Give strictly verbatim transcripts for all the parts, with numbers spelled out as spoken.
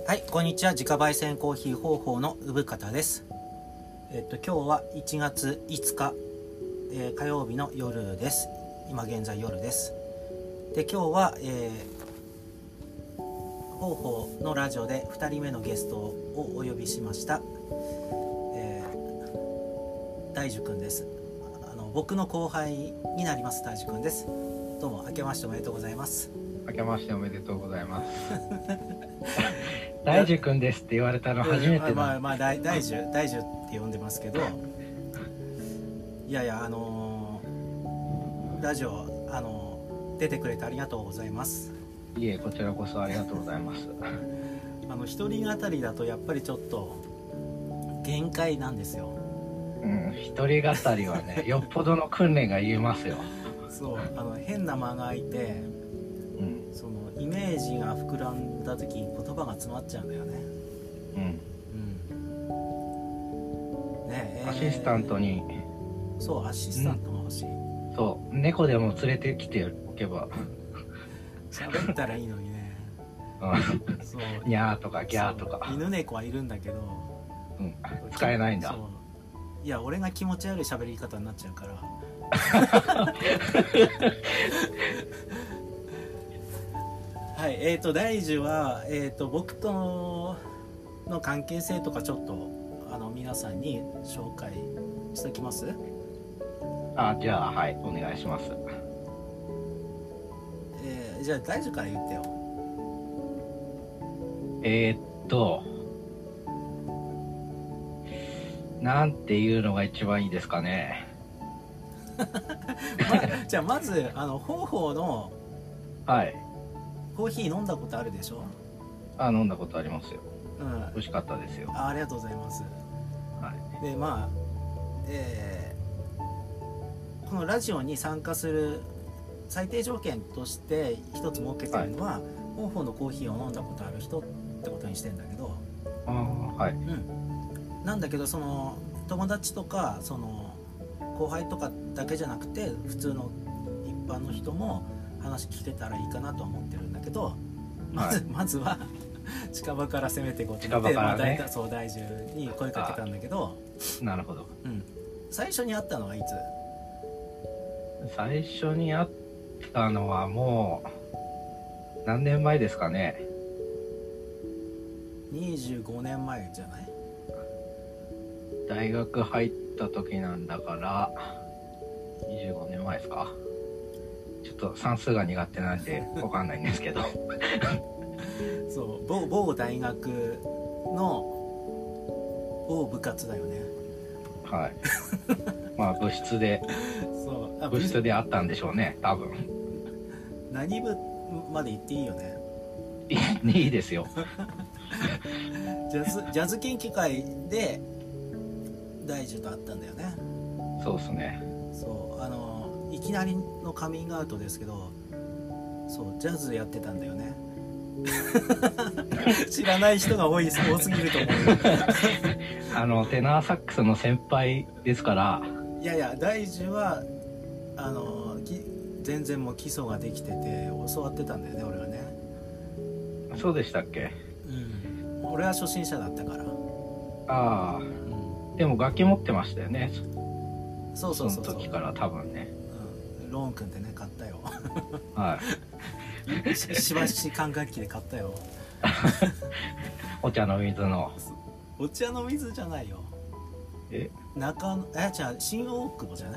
はい、こんにちは。自家焙煎コーヒー方法の産方です。えっと今日はいちがついつか、えー、火曜日の夜です。今現在夜です。で今日は、えー、方法のラジオでふたりめのゲストをお呼びしました。えー、大樹くんです。あの僕の後輩になります大樹くんです。どうも明けましておめでとうございます。 明けましておめでとうございます。大樹くんですって言われたの初めてだ。 まあまあ大大樹大樹って呼んでますけど、いやいやあのー、ラジオあのー、出てくれてありがとうございます。 いえ、こちらこそありがとうございます。 あの一人語りだとやっぱりちょっと限界なんですよ。 うん、一人語りはね、よっぽどの訓練が言えますよ。そう、 あの変な間が空いて、うん、そのイメージが膨らんだ時に言葉が詰まっちゃうんだよね。 うん、 うん、ねえー、 アシスタントにそうアシスタントが欲しい、 うん、そう猫でも連れてきておけば喋ったらいいのにね。 うん、そうニャーとかギャーとか犬猫はいるんだけど、 うん、使えないんだ。 そういや俺が気持ち悪い喋り方になっちゃうからはい、えーと大樹は、えーと僕との関係性とかちょっとあの皆さんに紹介しておきます。 あ、じゃあはいお願いします。 えー、じゃあ大樹から言ってよ。 えー、っとなんていうのが一番いいですかね。 ま、じゃあまずあの方法のはいコーヒー飲んだことあるでしょ。 あ、飲んだことありますよ。うん、美味しかったですよ。 あ, ありがとうございます。はい、でまあ、えー、このラジオに参加する最低条件として一つ設けてるのは、はい、方法のコーヒーを飲んだことある人ってことにしてんだけど、 あ、はい、うん、 なんだけどその友達とかその後輩とかだけじゃなくて普通の一般の人も話聞けたらいいかなと思ってるんだけど、まず、はい、まずは近場から攻めていこうと思って、まあ、大体そう大樹に声かけたんだけど。 なるほど、 うん、最初に会ったのはいつ？ 最初に会ったのはもう何年前ですかね。 にじゅうごねんまえじゃない？ 大学入った時なんだからにじゅうごねんまえですか。ちょっと算数が苦手なんで分かんないんですけどそう 某, 某大学の某部活だよね。 はいまあ部室でそうあ部室であったんでしょうね多分。 何部まで行っていいよね。 いいですよジャズジャズ研究会で大樹と会ったんだよね。 そうですね。 そうあのいきなりのカミングアウトですけど、そうジャズやってたんだよね知らない人が多い多すぎると思うあのテナーサックスの先輩ですから。 いやいや大樹はあの全然もう基礎ができてて教わってたんだよね俺はね。 そうでしたっけ？ うん、俺は初心者だったから。 ああ、うん、でも楽器持ってましたよね。 そうそうそうそう、 その時から多分ね、 うん、ローンくんってね買ったよはいしばし管楽器で買ったよお茶の水のお茶の水じゃないよ。 え中野えじゃあ新大久保じゃない？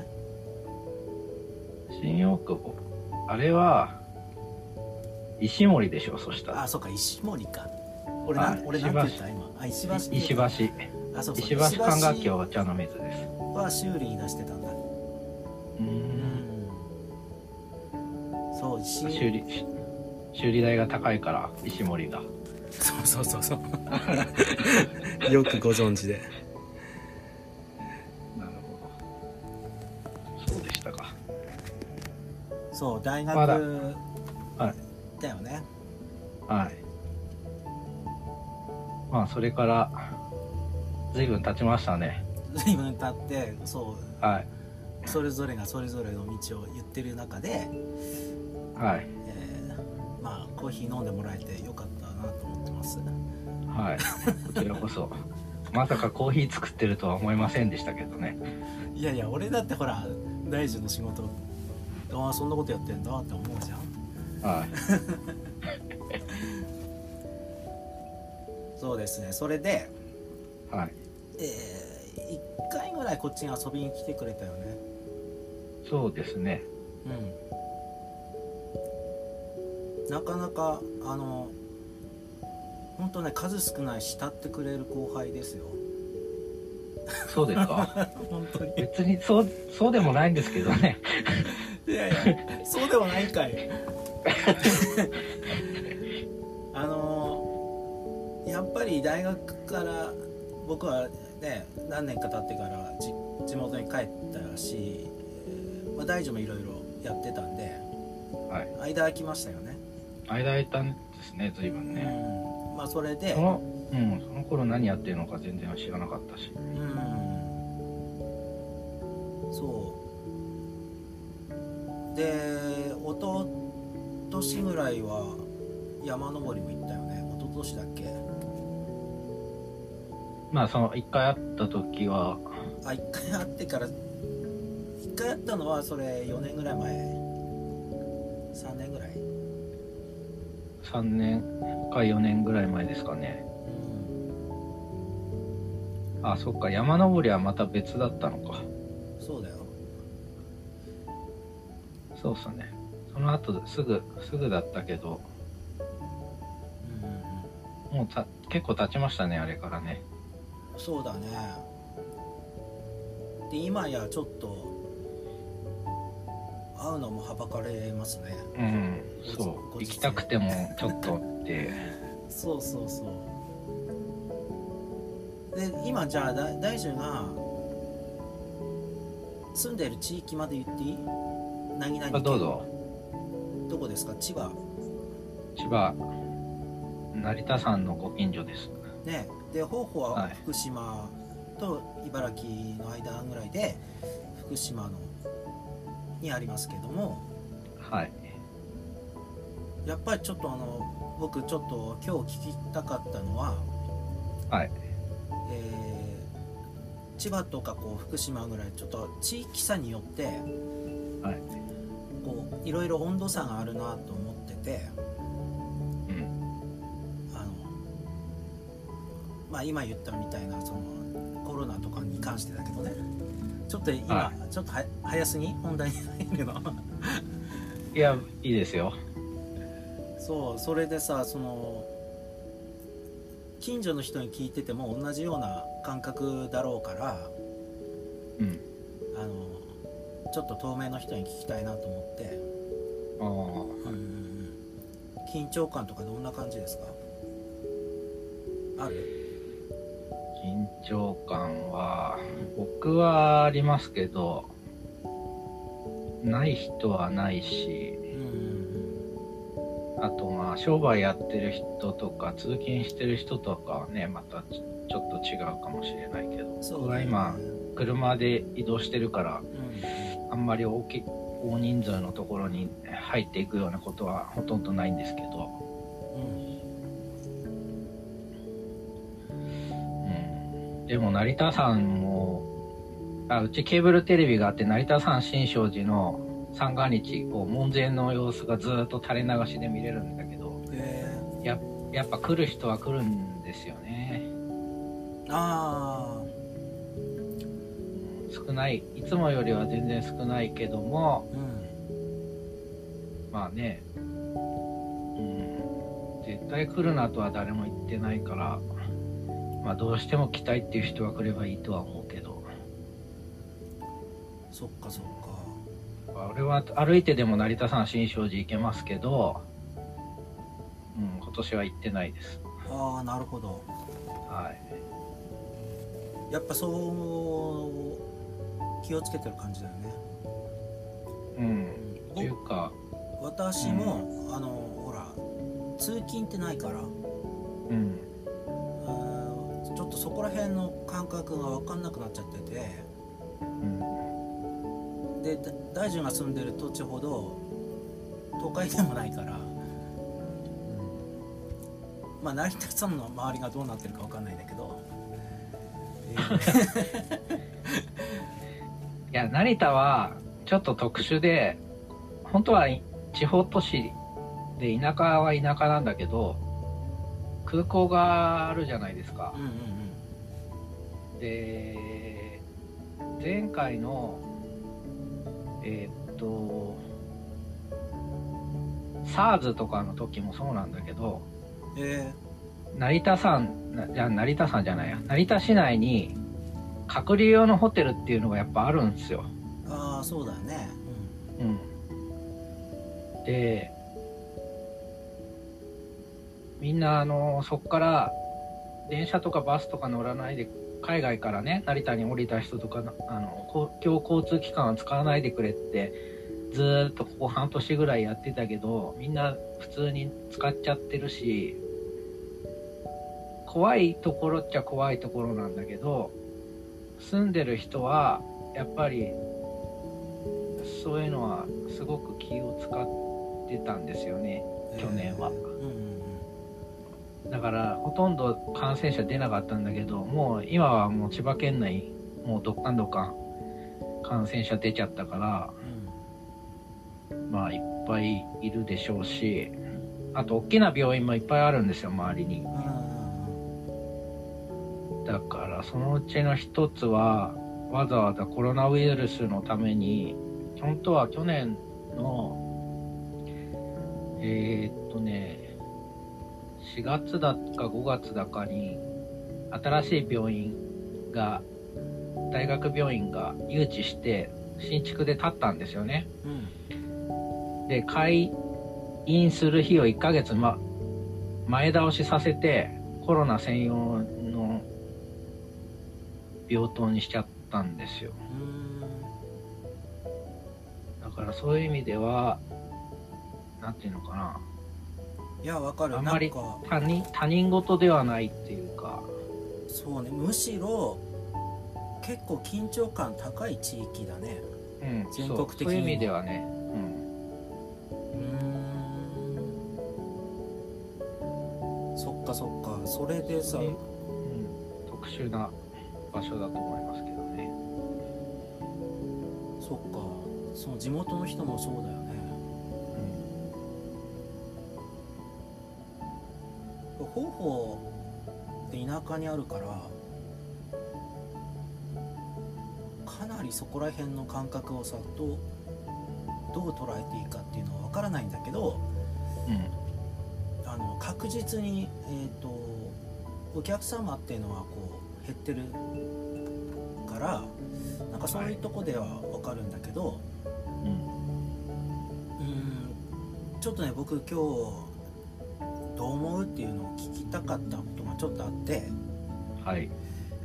新大久保あれは石森でしょ。そしたらあそうか石森か。俺なん、俺なんて言った今。あ石橋石橋あそうそう石橋管楽器はお茶の水ですは修理に出してたんだ。 うんうんそう修理修理代が高いから石森が。 そうそうそうそうよくご存知で。 なるほど、そうでしたか。 そう大学、 まだ、 はい、だよね。 はい。まあそれから随分経ちましたね。 随分経ってそう、 はい、 それぞれがそれぞれの道を言ってる中で、 はい、 えー、まあコーヒー飲んでもらえてよかったなと思ってます。 はい、こちらこそ。まさかコーヒー作ってるとは思いませんでしたけどね。 いやいや、俺だってほら大臣の仕事、ああそんなことやってんだって思うじゃん。 はい。 そうですね。それで、 はい。 えー、いっかいぐらいこっちに遊びに来てくれたよね。 そうですね。 うん。なかなかあの本当ね、数少ない慕ってくれる後輩ですよ。 そうですか。 本当に。 別にそうそうでもないんですけどね。 いやいや、そうでもないかい。あのやっぱり大学から僕はね、何年か経ってからじ地元に帰ったし、えーまあ、大女もいろいろやってたんで、 はい。 間空きましたよね。 間空いたんですね、随分ね。 うん、まあそれで、 その、うん、その頃何やってるのか全然知らなかったし。 うん、そうで、おととしぐらいは山登りも行ったよね。おととしだっけ。 まあその一回会った時は、 あ、一回会ってから、一回会ったのはそれよねんぐらい前、さんねんぐらい。 さんねんかよねんぐらい前ですかね。 うん、 あ、そっか、山登りはまた別だったのか。 そうだよ。 そうっすね。その後すぐすぐだったけど、 うんうんうん、 もうた結構経ちましたね、あれからね。 そうだね。で今やちょっと会うのもはばかれますね。 うん、そう行きたくてもちょっとってそうそうそう。で今じゃあ大大樹が住んでる地域まで言っていい？何々県。 あ、どうぞ。 どこですか？千葉。 千葉成田山のご近所ですね。で方法ははい福島と茨城の間ぐらいで、福島のにありますけども、 はい。 やっぱりちょっとあの僕ちょっと今日聞きたかったのは、 はい。 えー千葉とかこう福島ぐらいちょっと地域差によってはい。 こういろいろ温度差があるなと思ってて、 うん。 あのまあ今言ったみたいなそのコロナとかに関してだけどね、ちょっと今、 はちょっとは早すぎ本題に入るのいや、いいですよ。 そう、それでさ、その近所の人に聞いてても同じような感覚だろうから、 うん。 あのちょっと透明の人に聞きたいなと思って。 ああ。 うんうんうん、緊張感とかどんな感じですか？ある？ 緊張感は僕はありますけど、ない人はないし、 うんうん、 あとまあ商売やってる人とか通勤してる人とかはね、またちょっと違うかもしれないけど、 そう僕は今車で移動してるから、 うん、 あんまり大き大人数のところに入っていくようなことはほとんどないんですけど、 うん、 うん、でも成田山も、あ、うちケーブルテレビがあって、成田山新勝寺の三が日こう門前の様子がずっと垂れ流しで見れるんだけど、 えー、 や, やっぱ来る人は来るんですよね。 ああ、 少ない、いつもよりは全然少ないけども、 うん、 まあね、うん、絶対来るなとは誰も言ってないから、まあどうしても来たいっていう人は来ればいいとは思うけど、 そっかそっか。 俺は歩いてでも成田山新勝寺行けますけど、うん、今年は行ってないです。 ああ、なるほど。 はい。 やっぱそう気をつけてる感じだよね。 うん。というか、 私も、うん、あのほら通勤ってないから、 うん、 ちょっとそこら辺の感覚が分かんなくなっちゃってて、 うん、 で大臣が住んでる土地ほど都会でもないから、うん、 まあ成田さんの周りがどうなってるかわかんないんだけど、えー、 いや成田はちょっと特殊で、本当は地方都市で田舎は田舎なんだけど空港があるじゃないですか。 うんうんうん、 で前回のえー、っと SARS とかの時もそうなんだけど、 え成田山じゃ成田山じゃないや成田市内に隔離用のホテルっていうのがやっぱあるんですよ。 ー、ああそうだよね、 うん、でみんなあのそこから電車とかバスとか乗らないで、海外からね成田に降りた人とかあの公共交通機関は使わないでくれってずーっとここ半年ぐらいやってたけど、みんな普通に使っちゃってるし、怖いところっちゃ怖いところなんだけど、住んでる人はやっぱりそういうのはすごく気を使ってたんですよね、去年は。 えーうんうん、 だからほとんど感染者出なかったんだけど、もう今はもう千葉県内もうどっかんどっかん感染者出ちゃったから、うん、まあいっぱいいるでしょうし、あと大きな病院もいっぱいあるんですよ周りに。うん、だからそのうちの一つはわざわざコロナウイルスのために、本当は去年のえー、っとねしがつだかごがつだかに新しい病院が大学病院が誘致して新築で建ったんですよね、うん、で開院する日をいっかげつ、ま、前倒しさせてコロナ専用の病棟にしちゃったんですよ。だからそういう意味ではなんていうのかな、 いやわかる、 あんまりなんか他人他人事ではないっていうか、 そうね、むしろ結構緊張感高い地域だね、 うん、 全国的にも。 そういう意味ではね、うん、 うーん、そっかそっか、それでさ、 うん、特殊な場所だと思いますけどね。 そっか、その地元の人もそうだよね。方法って田舎にあるからかなりそこら辺の感覚をさどうどう捉えていいかっていうのは分からないんだけど、うん、あの確実に、えーと、お客様っていうのはこう減ってるからなんかそういうとこでは分かるんだけど、はい、うん、ちょっとね僕今日どう思うっていうのを聞きたかったことがちょっとあって、はい、う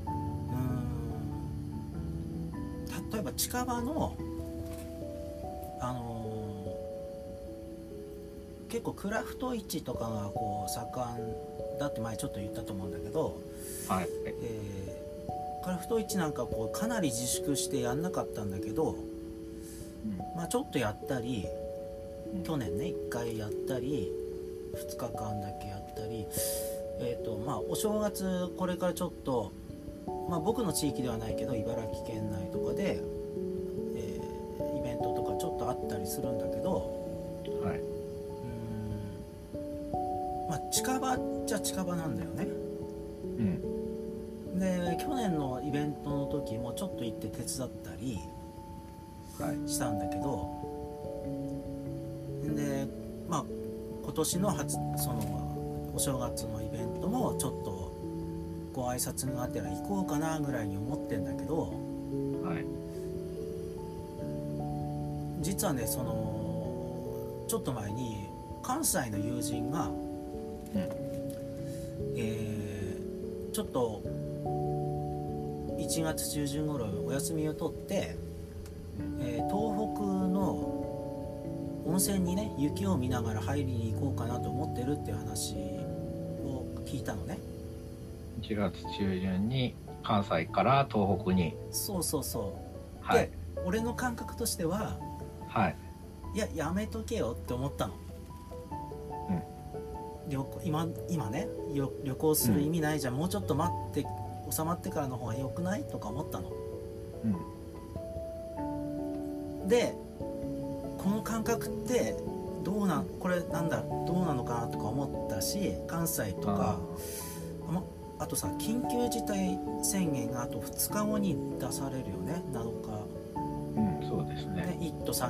ーん例えば近場のあのー、結構クラフト市とかがこう盛んだって前ちょっと言ったと思うんだけど、はい、えー、クラフト市なんかこうかなり自粛してやんなかったんだけど、うん、まあちょっとやったり、うん、去年ねいっかいやったりふつかかんだけやったり、えーとまあ、お正月これからちょっと、まあ、僕の地域ではないけど茨城県内とかで、えー、イベントとかちょっとあったりするんだけど、はい、うーん、まあ、近場じゃ近場なんだよね、うん、で去年のイベントの時もちょっと行って手伝ったりしたんだけど、はい、でまあ今年の初そのお正月のイベントもちょっとご挨拶があったら行こうかなぐらいに思ってんだけど、はい、実はねそのちょっと前に関西の友人が、うん、えー、ちょっといちがつ中旬頃お休みを取って、えー、東北の温泉にね雪を見ながら入りに行こうかなと思ってるっていう話を聞いたのね。 いちがつ中旬に関西から東北に。 そうそうそう、 はい、 で俺の感覚としては、はい、いややめとけよって思ったの、うん、 旅行 今, 今ね旅旅行する意味ないじゃん、うん、もうちょっと待って収まってからの方が良くないとか思ったの、うん、でこの感覚ってどうなんこれなんだどうなのかなとか思ったし、関西とか あ, あとさ緊急事態宣言があとふつかごに出されるよね、なのか、 うん、そうですね、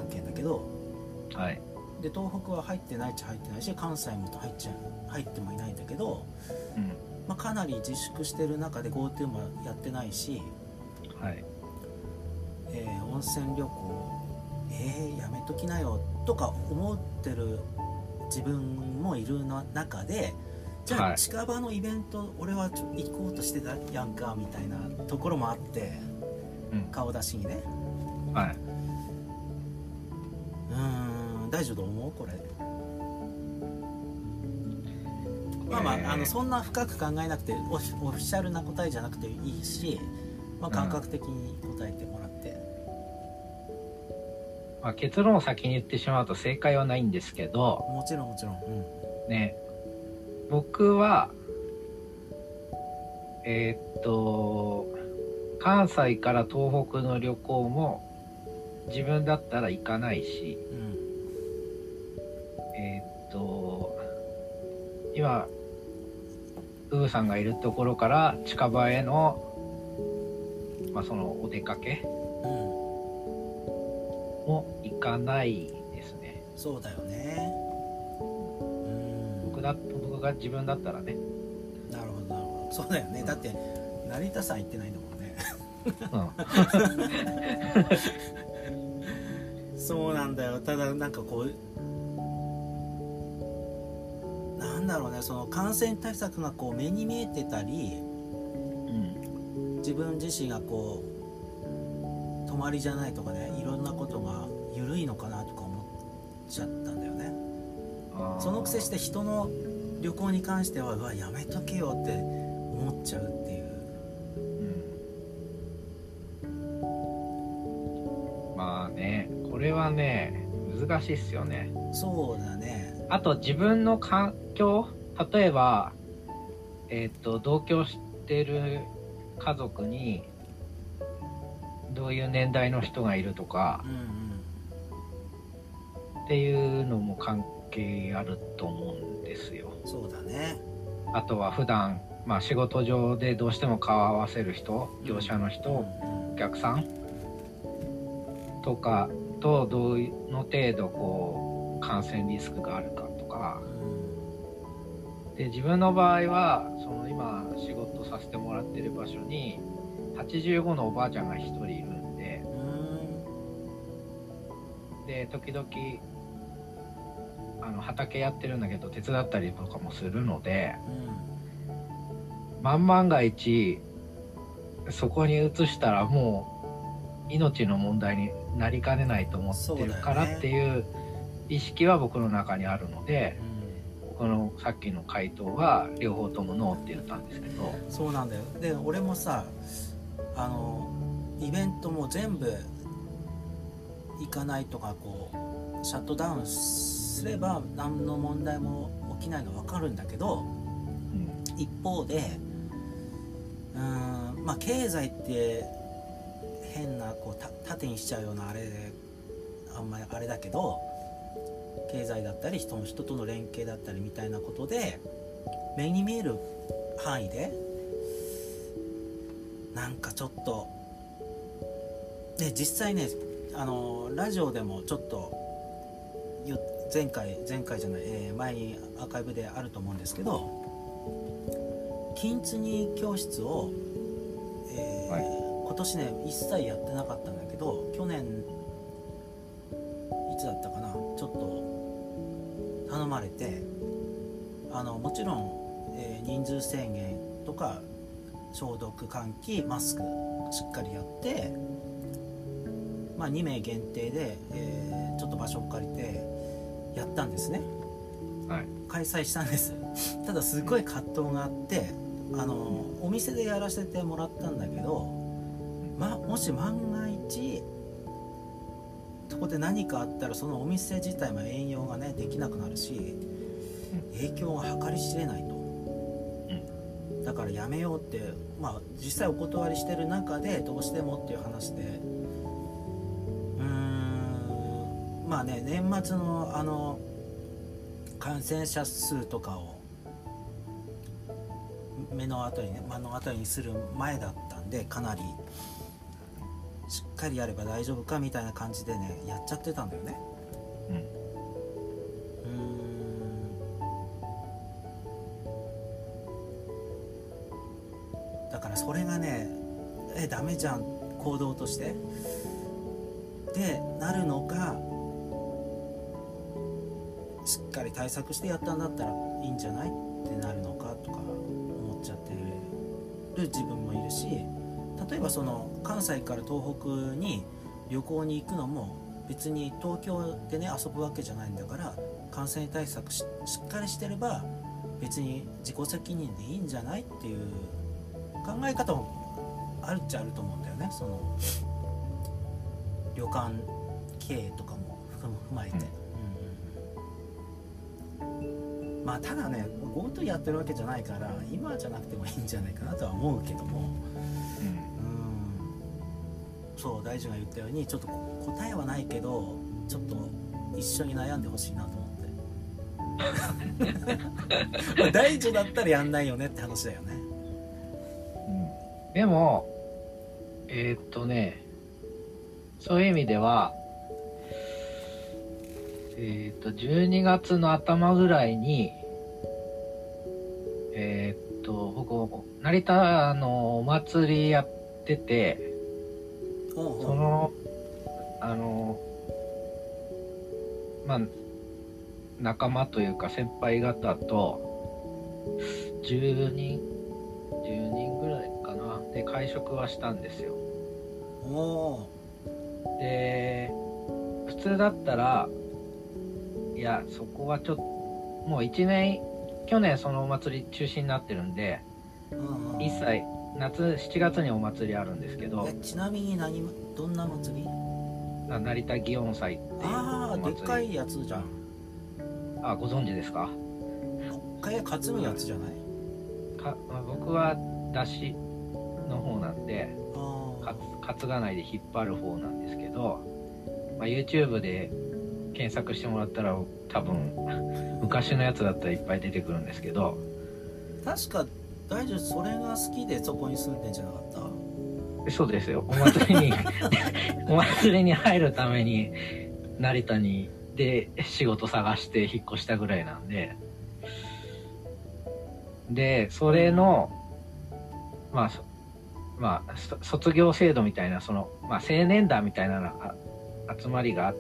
まあ、結論を先に言ってしまうと正解はないんですけど、 もちろんもちろん、うん、 ね、僕はえー、っと関西から東北の旅行も自分だったら行かないし、うん、えー、っと今ウーさんがいるところから近場への、まあ、そのお出かけ、も行かないですね。 そうだよね。 うん、僕だ僕が自分だったらね。 なるほどなるほど。そうだよね。うん、だって成田山行ってないんだもんね。うん、そうなんだよ。ただなんかこうなんだろうね。その感染対策がこう目に見えてたり、うん、自分自身がこう泊まりじゃないとかね、いろんなことが緩いのかなとか思っちゃったんだよね。そのくせして人の旅行に関してはうわやめとけよって思っちゃうっていう、 うん、まあねこれはね難しいっすよね。 そうだね。 あと自分の環境、例えばえっと同居してる家族にどういう年代の人がいるとか、うんうん、っていうのも関係あると思うんですよ。 そうだね。 あとは普段、まあ、仕事上でどうしても顔を合わせる人、業者の人、うんうん、お客さんとかとどの程度こう感染リスクがあるかとか、うん、で自分の場合はその今仕事させてもらってる場所にはちじゅうごのおばあちゃんがひとりいるんで、うん、で時々あの畑やってるんだけど手伝ったりとかもするので、うん、万万が一そこに移したらもう命の問題になりかねないと思ってるからっていう意識は僕の中にあるので、うん、このさっきの回答は両方ともノーって言ったんですけど。 そうなんだよ。で俺もさあのイベントも全部行かないとかこうシャットダウンすれば何の問題も起きないの分かるんだけど、うん、一方でうーんまあ経済って変なこう縦にしちゃうようなあれであんまりあれだけど、経済だったり人の人との連携だったりみたいなことで目に見える範囲でなんかちょっとね、実際ねあのラジオでもちょっと前回前回じゃない、えー、前にアーカイブであると思うんですけど、金継ぎ教室を、えーはい、今年ね一切やってなかったんだけど、去年いつだったかな、ちょっと頼まれて、あのもちろん、えー、人数制限とか消毒換気マスクしっかりやって、まあ、にめい限定で、えー、ちょっと場所を借りてやったんですね、はい、開催したんです。ただすごい葛藤があって、あのお店でやらせてもらったんだけど、ま、もし万が一そこで何かあったらそのお店自体も営業がねできなくなるし、 影響が計り知れないと、うん、だからやめようって、まあ実際お断りしてる中でどうしてもっていう話で、うーんまあね、年末のあの感染者数とかを目の当たりね目の当たりにする前だったんで、かなりしっかりやれば大丈夫かみたいな感じでねやっちゃってたんだよね。うん、うーんだからそれがねえダメじゃん行動としてでなるのか、しっかり対策してやったんだったらいいんじゃないってなるのかとか思っちゃってる自分もいるし、例えばその関西から東北に旅行に行くのも別に東京でね遊ぶわけじゃないんだから、感染対策 し, しっかりしてれば別に自己責任でいいんじゃないっていう考え方もあるっちゃあると思うんだよね。その旅館経営とかも踏まえて、うんうん、まあただね GoTo やってるわけじゃないから今じゃなくてもいいんじゃないかなとは思うけども、そう大臣が言ったようにちょっと答えはないけどちょっと一緒に悩んでほしいなと思って大臣だったらやんないよねって話だよね、 うん、でもえー、っとねそういう意味ではえー、っとじゅうにがつの頭ぐらいにえー、っと僕成田のお祭りやってて、そのあのまあ仲間というか先輩方とじゅうにんじゅうにんぐらいかなで会食はしたんですよ。 おで普通だったらいやそこはちょっともういちねん去年そのお祭り中止になってるんで、うんうん、一切夏しちがつにお祭りあるんですけど、 えちなみに何どんな祭り？ 成田祇園祭っていうお祭り。 ああでっかいやつじゃん。 あご存知ですか？ かや担ぐやつじゃない？ か僕は出汁の方なんでか担がないで引っ張る方なんですけど、まあ、YouTube で検索してもらったら多分昔のやつだったらいっぱい出てくるんですけど、 確か大丈夫それが好きでそこに住んでんじゃなかった？ そうですよ。お祭りにお祭りに入るために成田にで仕事探して引っ越したぐらいなんで、でそれのまあまあ卒業制度みたいなそのまあ青年団みたいな集まりがあって、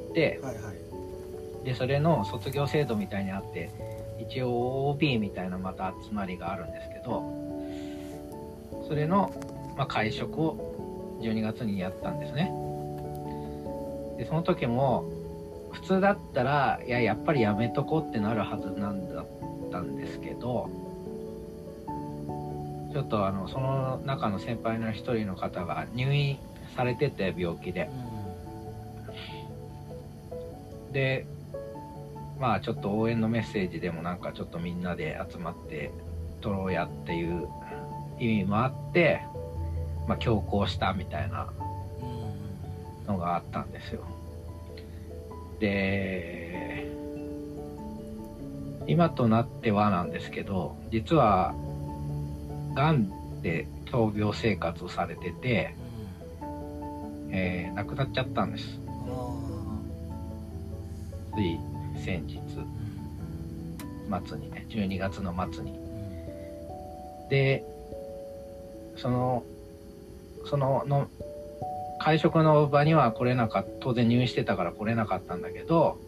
はいはい、でそれの卒業制度みたいにあって一応 オービー みたいなまた集まりがあるんですけど、それの、まあ、会食をじゅうにがつにやったんですね。でその時も普通だったらいややっぱりやめとこうってなるはずなんだったんですけど、ちょっとあのその中の先輩の一人の方が入院されてて病気で、でまあちょっと応援のメッセージでもなんかちょっとみんなで集まって撮ろうやっていう意味もあって、まあ強行したみたいなのがあったんですよ。で今となってはなんですけど、実はがんで闘病生活をされてて、えー、亡くなっちゃったんです。つい先日末にね、じゅうにがつの末に。でそのそのの会食の場には来れなかった、当然入院してたから来れなかったんだけど、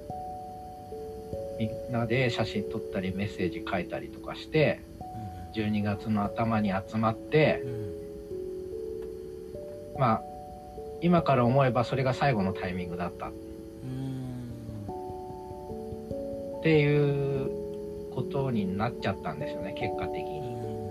みんなで写真撮ったりメッセージ書いたりとかしてじゅうにがつの頭に集まって、まあ今から思えばそれが最後のタイミングだったっていうことになっちゃったんですよね、結果的に。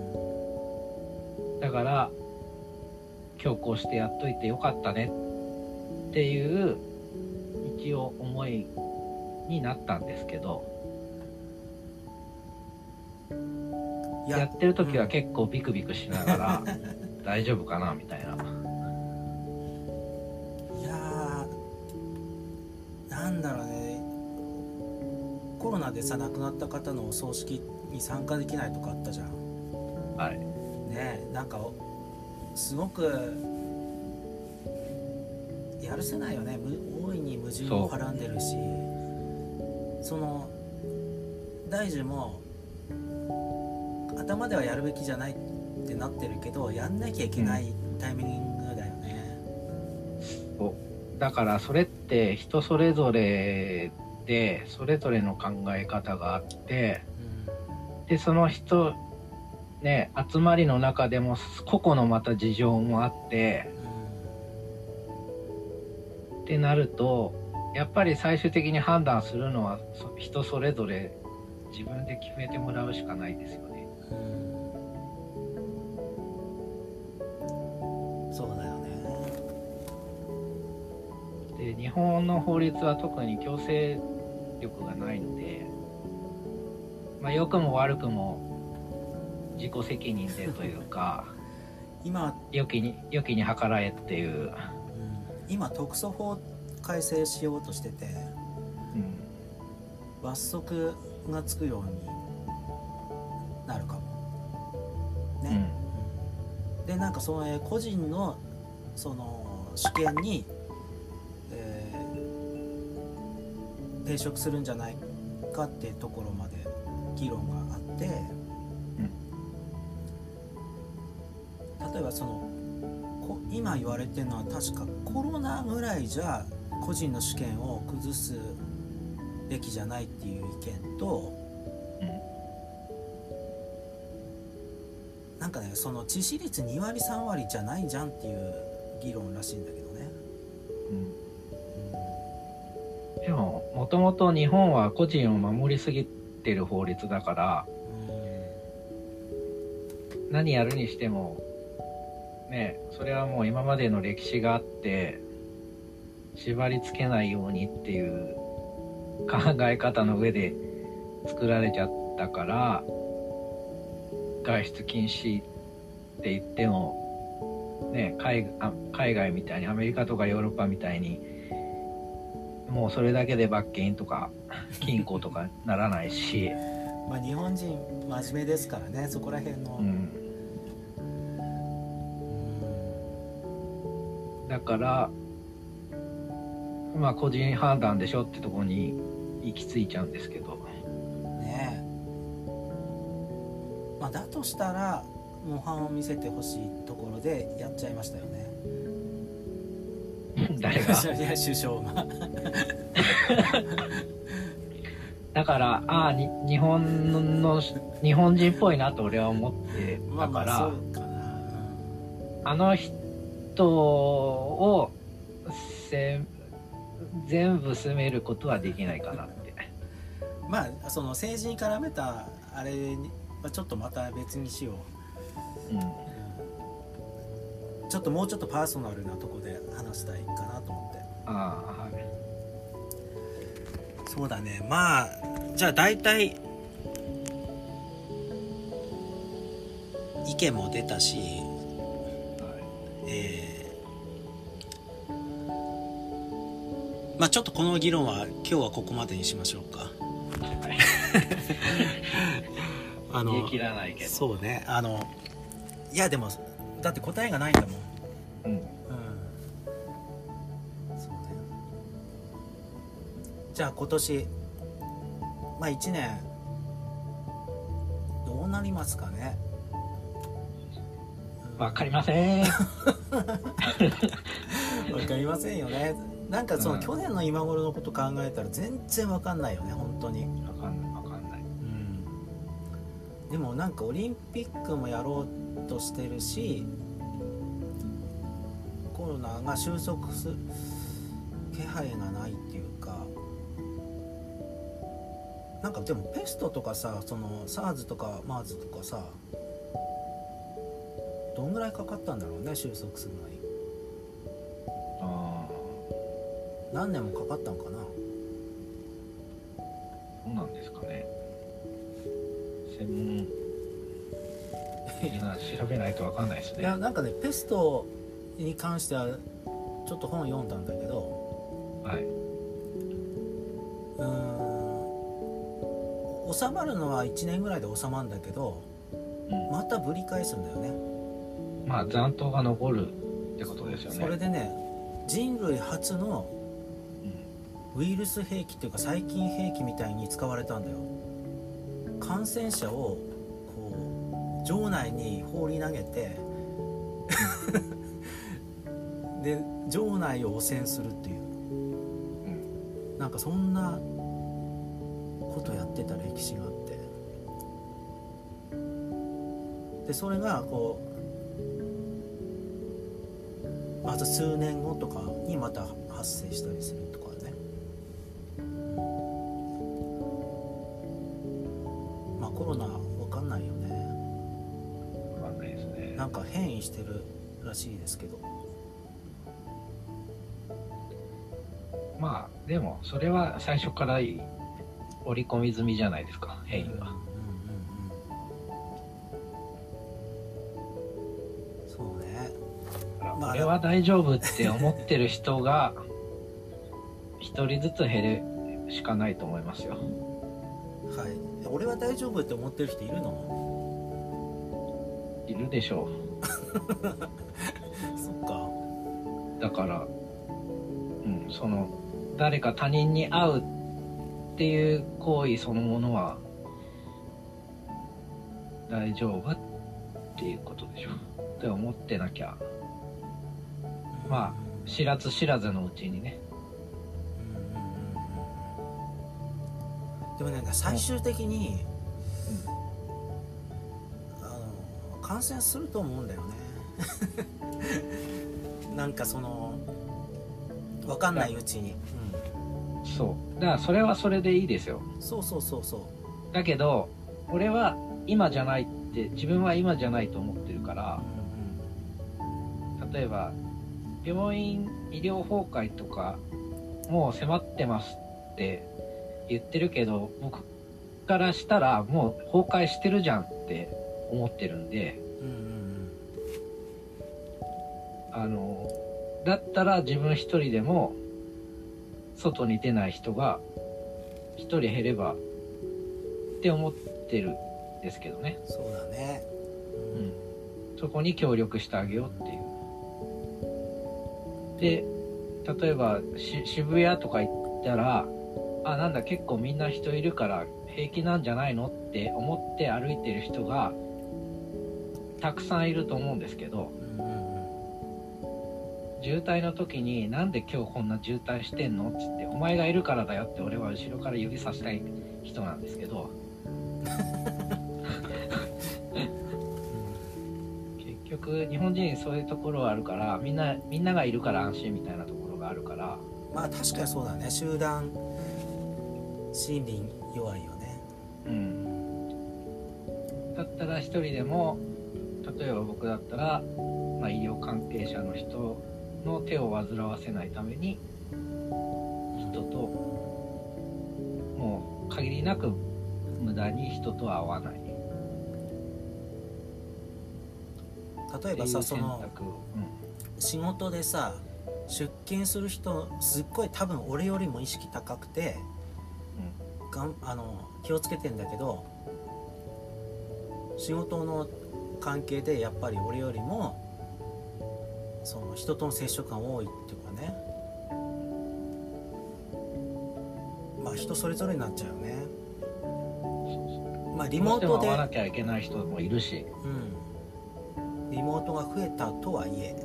だから強行してやっといてよかったねっていう一応思いになったんですけど、 やってる時は結構ビクビクしながら、うん、大丈夫かなみたいな。 いやー、なんだろうね、コロナでさ亡くなった方のお葬式に参加できないとかあったじゃん。 はい。 ね、なんかすごくやるせないよね。大いに矛盾をはらんでるし、その大樹も頭ではやるべきじゃないってなってるけど、やんなきゃいけないタイミングだよね、 うん、そうだからそれって人それぞれでそれぞれの考え方があって、うん、でその人ね集まりの中でも個々のまた事情もあって、うん、ってなるとやっぱり最終的に判断するのは人それぞれ自分で決めてもらうしかないですよね。うん、 そうだよね。 で日本の法律は特に強制力がないので、まあ、良くも悪くも自己責任でというか今良きに良きに計らえっていう、うん、 今特措法改正しようとしてて、うん、罰則がつくようになるかもね、うん、でなんかその個人のその主権に、えー、抵触するんじゃないかっていうところまで議論があって、うん、例えばその今言われてるのは確かコロナぐらいじゃ個人の主権を崩すべきじゃないっていう意見と、うん、なんかねその致死率にわりさんわりじゃないじゃんっていう議論らしいんだけどね、 うん、でももともと日本は個人を守りすぎてる法律だから、うん、何やるにしてもねそれはもう今までの歴史があって縛り付けないようにっていう考え方の上で作られちゃったから外出禁止って言っても、ね、海, 海外みたいにアメリカとかヨーロッパみたいにもうそれだけで罰金とか禁錮とかならないしまあ日本人真面目ですからねそこら辺の、うんうん、だからまあ個人判断でしょってところに行き着いちゃうんですけどねえ、まあ、だとしたら模範を見せてほしいところでやっちゃいましたよね誰がいや首相がだからああに日本の日本人っぽいなと俺は思ってたから、まあ、まあそうかな、うん、あの人をせ全部責めることはできないかなってまあその政治に絡めたあれはちょっとまた別にしよう、うんうん、ちょっともうちょっとパーソナルなとこで話したいかなと思って。 ああはい。 そうだね、まあじゃあ大体意見も出たし、はい、えーまあ、ちょっとこの議論は今日はここまでにしましょうか。 あの言い切らないけど。 そうね。あのいやでもだって答えがないんだもん。うん。うん。そうね。じゃあ今年まあいちねんどうなりますかね。 わかりません。わかりませんよね。なんかその去年の今頃のこと考えたら全然わかんないよね本当に。 わかんないわかんない。うん。 でもなんかオリンピックもやろうとしてるし、コロナが収束する気配がないっていうか、なんかでもペストとかさ、その SARS とか MERS とかさ、どんぐらいかかったんだろうね収束するのに。何年もかかったんかな。 そうなんですかね。 専門的な調べないと分かんないですね。 いやなんかねペストに関してはちょっと本読んだんだけど、 はい、 うーん収まるのはいちねんぐらいで収まるんだけど、うん、またぶり返すんだよね。 まあ残党が残るってことですよね。 それでね人類初のウイルス兵器っていうか細菌兵器みたいに使われたんだよ。感染者をこう場内に放り投げてで場内を汚染するっていう、うん、なんかそんなことやってた歴史があって、でそれがこうまず数年後とかにまた発生したりするとかね。まあコロナわかんないよね。 わかんないですね。 なんか変異してるらしいですけど。 まあでもそれは最初から織り込み済みじゃないですか、変異は。 そうね。 これは大丈夫って思ってる人が一人ずつ減るしかないと思いますよ。 はい。俺は大丈夫って思ってる人いるの？ いるでしょう。 そっか。 だから、うん、その誰か他人に会うっていう行為そのものは大丈夫っていうことでしょって思ってなきゃ、まあ知らず知らずのうちにね。 でもなんか最終的に、うん、あの感染すると思うんだよね。なんかその分かんないうちに、 うん、そうだからそれはそれでいいですよ。 そうそうそうそう。 だけど俺は今じゃないって自分は今じゃないと思ってるから、うんうん、例えば病院医療崩壊とかもう迫ってますって言ってるけど、僕からしたらもう崩壊してるじゃんって思ってるんで、うんうんうん、あのだったら自分一人でも外に出ない人が一人減ればって思ってるんですけどね。 そうだね、 うん、そこに協力してあげようっていう。で例えばし渋谷とか行ったら、あ、なんだ結構みんな人いるから平気なんじゃないのって思って歩いてる人がたくさんいると思うんですけど、渋滞の時になんで今日こんな渋滞してんのっつって、お前がいるからだよって俺は後ろから指さしたい人なんですけど結局日本人そういうところはあるから、みんなみんながいるから安心みたいなところがあるから、 まあ確かにそうだね。集団心理弱いよね。 うん。だったら一人でも、例えば僕だったら、まあ、医療関係者の人の手を煩わせないために人ともう限りなく無駄に人とは会わない。 例えばさ、その、 うん、 仕事でさ出勤する人すっごい多分俺よりも意識高くて、うん、がんあの気をつけてんだけど、仕事の関係でやっぱり俺よりもその人との接触が多いっていうかね、まあ人それぞれになっちゃうよね。 そうそう、 まあリモートで会わなきゃいけない人もいるし、 うん、リモートが増えたとはいえ、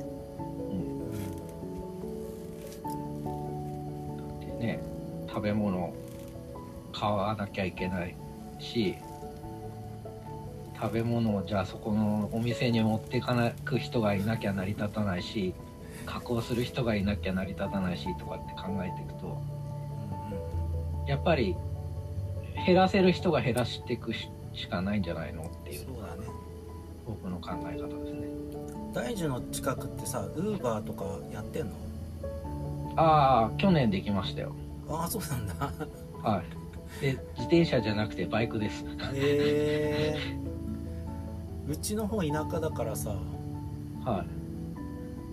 ね、食べ物買わなきゃいけないし、食べ物をじゃあそこのお店に持っていかなく人がいなきゃ成り立たないし、加工する人がいなきゃ成り立たないしとかって考えていくと、やっぱり減らせる人が減らしていく し, しかないんじゃないのっていうのが僕の考え方ですね。 大樹の近くってさ、ウーバーとかやってんの？ ああ、去年できましたよ。 ああ、そうなんだ。 はい。 で自転車じゃなくてバイクです。 えー、うちの方田舎だからさ、 はい。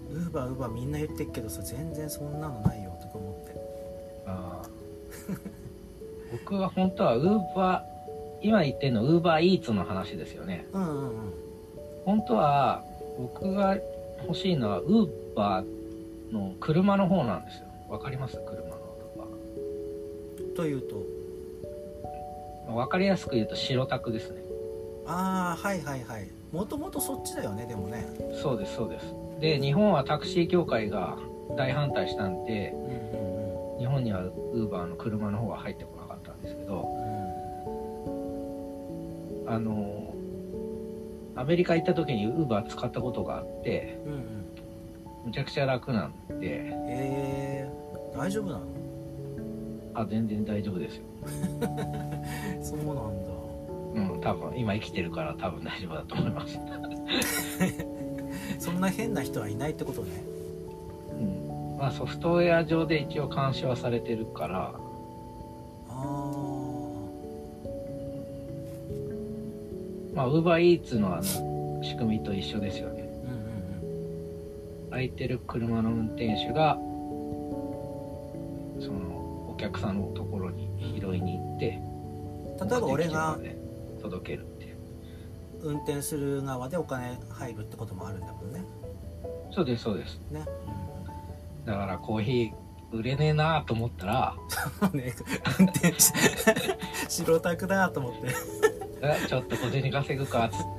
ウーバーウーバーみんな言ってっけどさ、全然そんなのないよとか思って。 あ僕は本当はウーバー、今言ってるのウーバーイーツの話ですよね。 うんうんうん。 本当は僕が欲しいのはウーバーの車の方なんですよ。わかります？車のウーバー。 というと、 わかりやすく言うと白タクですね。 ああ、はいはいはい。もともとそっちだよね、でもね。 そうですそうです。で日本はタクシー協会が大反対したんで、 うんうんうん、 日本にはウーバーの車の方が入ってこなかったんですけど、 うん、 あのアメリカ行った時にウーバー使ったことがあって、 うんうん、 むちゃくちゃ楽なんで。 えー、大丈夫なの？ あ、全然大丈夫ですよ。 そうなんだ。 うん、多分今生きてるから多分大丈夫だと思います。 そんな変な人はいないってことね。 うん、まあソフトウェア上で一応監視はされてるから。 あまあウーバーイーツのあの仕組みと一緒ですよね。 うんうんうん。空いてる車の運転手がそのお客さんのところに拾いに行って、 例えば俺が届けるっていう。 運転する側でお金入るってこともあるんだもんね。 そうですそうですね。 だからコーヒー売れねえなと思ったらうん、ね、運転手白タクだと思ってちょっと小銭稼ぐかっつって、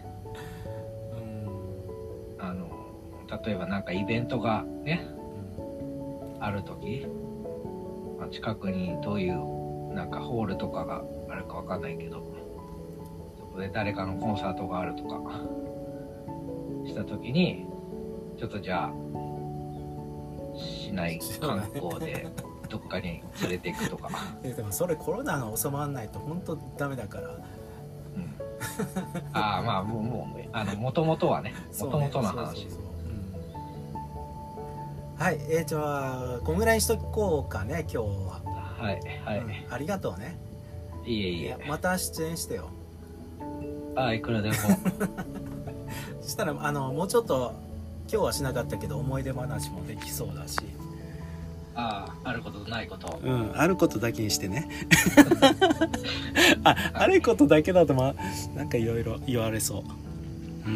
うん、 あの例えばなんかイベントがね、 うん、 ある時、まあ、近くにどういうなんかホールとかがあるかわかんないけど、そこで誰かのコンサートがあるとかした時にちょっとじゃあ市内観光でどっかに連れて行くとかでもそれコロナが収まらないと本当ダメだから、うん、 ああまあもうもうあの元々はね元々の話。 そうそうそう、うん、はい、えー、じゃあこんぐらいにしとこうかね今日は。 はいはい、うん、 ありがとうね。 いえいえ、 また出演してよ。 ああ、いくらでもそしたらあのもうちょっと今日はしなかったけど思い出話もできそうだし。 ああ、あることとないこと、 うん、あることだけにしてねあ、あることだけだとまあなんかいろいろ言われそう。うん、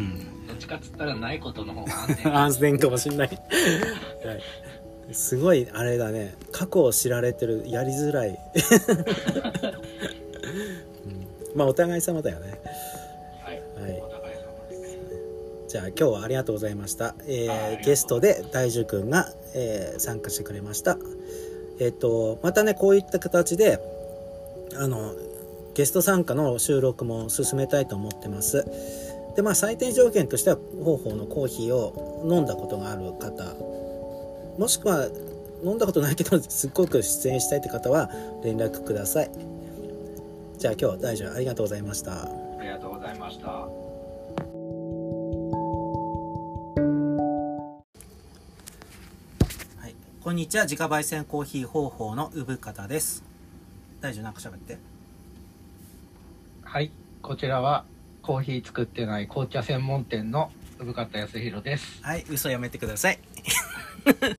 どっちかっつったらないことの方が安全安全かもしんない、はい、すごいあれだね、過去を知られてる、やりづらい、うん、まあお互い様だよね。 はい、はい、お互い様です。 じゃあ今日はありがとうございました。えー、ゲストで大樹くんが、えー、参加してくれました。えっとまたねこういった形であのゲスト参加の収録も進めたいと思ってます。でまあ採点条件としては方法のコーヒーを飲んだことがある方、もしくは飲んだことないけどすっごく出演したいって方は連絡ください。じゃあ今日は大樹ありがとうございました。 ありがとうございました。 こんにちは、自家焙煎コーヒー方法の産方です。大丈夫、なんか喋って。 はい、こちらはコーヒー作ってない紅茶専門店の産方康弘です。 はい、嘘やめてください